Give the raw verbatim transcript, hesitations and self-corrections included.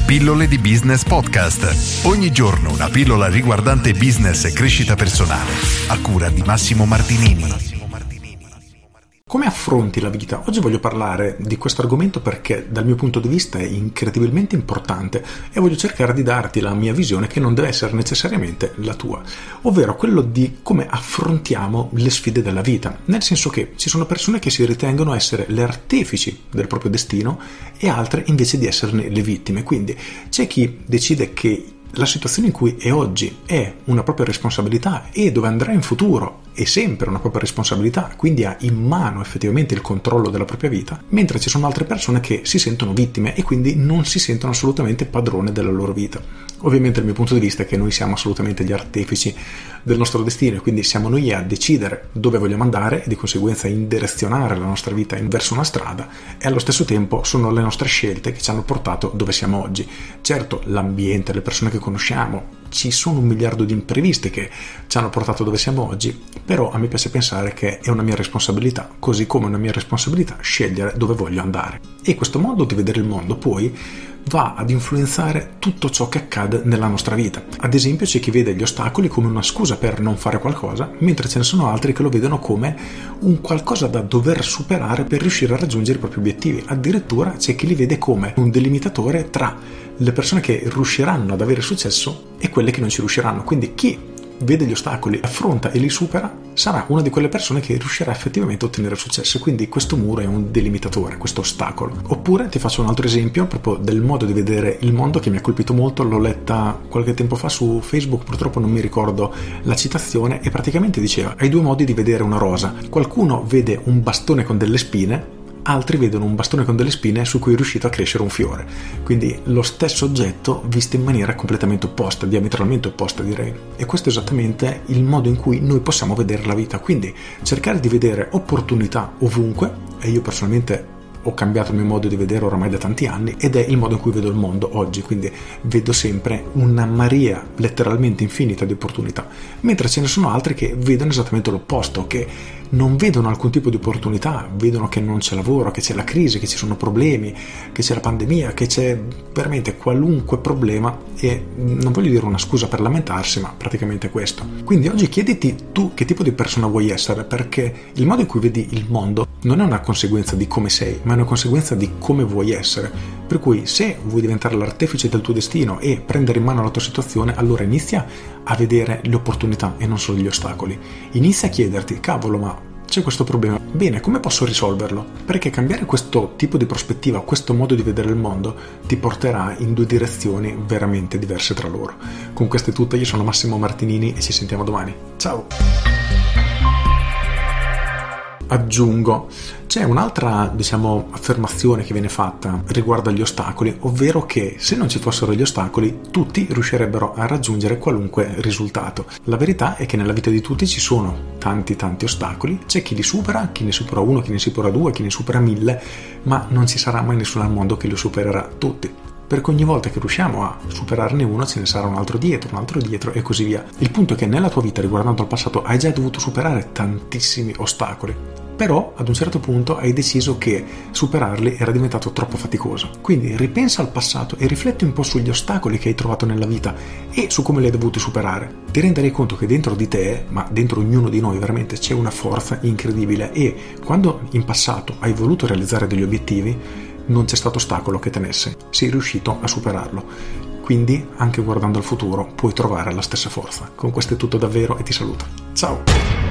Pillole di Business Podcast. Ogni giorno una pillola riguardante business e crescita personale. A cura di Massimo Martinini. Come affronti la vita? Oggi voglio parlare di questo argomento perché dal mio punto di vista è incredibilmente importante e voglio cercare di darti la mia visione, che non deve essere necessariamente la tua, ovvero quello di come affrontiamo le sfide della vita, nel senso che ci sono persone che si ritengono essere le artefici del proprio destino e altre invece di esserne le vittime. Quindi c'è chi decide che la situazione in cui è oggi è una propria responsabilità e dove andrà in futuro è sempre una propria responsabilità, quindi ha in mano effettivamente il controllo della propria vita, mentre ci sono altre persone che si sentono vittime e quindi non si sentono assolutamente padrone della loro vita. Ovviamente il mio punto di vista è che noi siamo assolutamente gli artefici del nostro destino e quindi siamo noi a decidere dove vogliamo andare e di conseguenza indirezionare la nostra vita verso una strada, e allo stesso tempo sono le nostre scelte che ci hanno portato dove siamo oggi. Certo, l'ambiente, le persone che conosciamo, ci sono un miliardo di imprevisti che ci hanno portato dove siamo oggi, però a me piace pensare che è una mia responsabilità, così come è una mia responsabilità scegliere dove voglio andare. E questo modo di vedere il mondo poi va ad influenzare tutto ciò che accade nella nostra vita. Ad esempio c'è chi vede gli ostacoli come una scusa per non fare qualcosa, mentre ce ne sono altri che lo vedono come un qualcosa da dover superare per riuscire a raggiungere i propri obiettivi. Addirittura c'è chi li vede come un delimitatore tra le persone che riusciranno ad avere successo e quelle che non ci riusciranno. Quindi chi vede gli ostacoli, affronta e li supera, sarà una di quelle persone che riuscirà effettivamente a ottenere successo. Quindi questo muro è un delimitatore, questo ostacolo. Oppure ti faccio un altro esempio proprio del modo di vedere il mondo che mi ha colpito molto. L'ho letta qualche tempo fa su Facebook, purtroppo non mi ricordo la citazione, e praticamente diceva: hai due modi di vedere una rosa. Qualcuno vede un bastone con delle spine, altri vedono un bastone con delle spine su cui è riuscito a crescere un fiore. Quindi lo stesso oggetto visto in maniera completamente opposta, diametralmente opposta direi. E questo è esattamente il modo in cui noi possiamo vedere la vita. Quindi cercare di vedere opportunità ovunque, e io personalmente ho cambiato il mio modo di vedere oramai da tanti anni, ed è il modo in cui vedo il mondo oggi. Quindi vedo sempre una marea letteralmente infinita di opportunità, mentre ce ne sono altri che vedono esattamente l'opposto, che non vedono alcun tipo di opportunità, vedono che non c'è lavoro, che c'è la crisi, che ci sono problemi, che c'è la pandemia, che c'è veramente qualunque problema, e non voglio dire una scusa per lamentarsi, ma praticamente questo. Quindi oggi chiediti tu che tipo di persona vuoi essere, perché il modo in cui vedi il mondo non è una conseguenza di come sei, ma è una conseguenza di come vuoi essere. Per cui se vuoi diventare l'artefice del tuo destino e prendere in mano la tua situazione, allora inizia a vedere le opportunità e non solo gli ostacoli. Inizia a chiederti: cavolo, ma c'è questo problema, bene, come posso risolverlo? Perché cambiare questo tipo di prospettiva, questo modo di vedere il mondo, ti porterà in due direzioni veramente diverse tra loro. Con questo è tutto, io sono Massimo Martinini e ci sentiamo domani. Ciao! Aggiungo, c'è un'altra, diciamo, affermazione che viene fatta riguardo agli ostacoli, ovvero che se non ci fossero gli ostacoli tutti riuscirebbero a raggiungere qualunque risultato. La verità è che nella vita di tutti ci sono tanti tanti ostacoli, c'è chi li supera, chi ne supera uno, chi ne supera due, chi ne supera mille, ma non ci sarà mai nessuno al mondo che li supererà tutti, perché ogni volta che riusciamo a superarne uno ce ne sarà un altro dietro, un altro dietro e così via. Il punto è che nella tua vita, riguardando il passato, hai già dovuto superare tantissimi ostacoli, però ad un certo punto hai deciso che superarli era diventato troppo faticoso. Quindi ripensa al passato e rifletti un po' sugli ostacoli che hai trovato nella vita e su come li hai dovuti superare. Ti renderai conto che dentro di te, ma dentro ognuno di noi veramente, c'è una forza incredibile, e quando in passato hai voluto realizzare degli obiettivi non c'è stato ostacolo che tenesse, sei riuscito a superarlo. Quindi anche guardando al futuro puoi trovare la stessa forza. Con questo è tutto davvero e ti saluto. Ciao!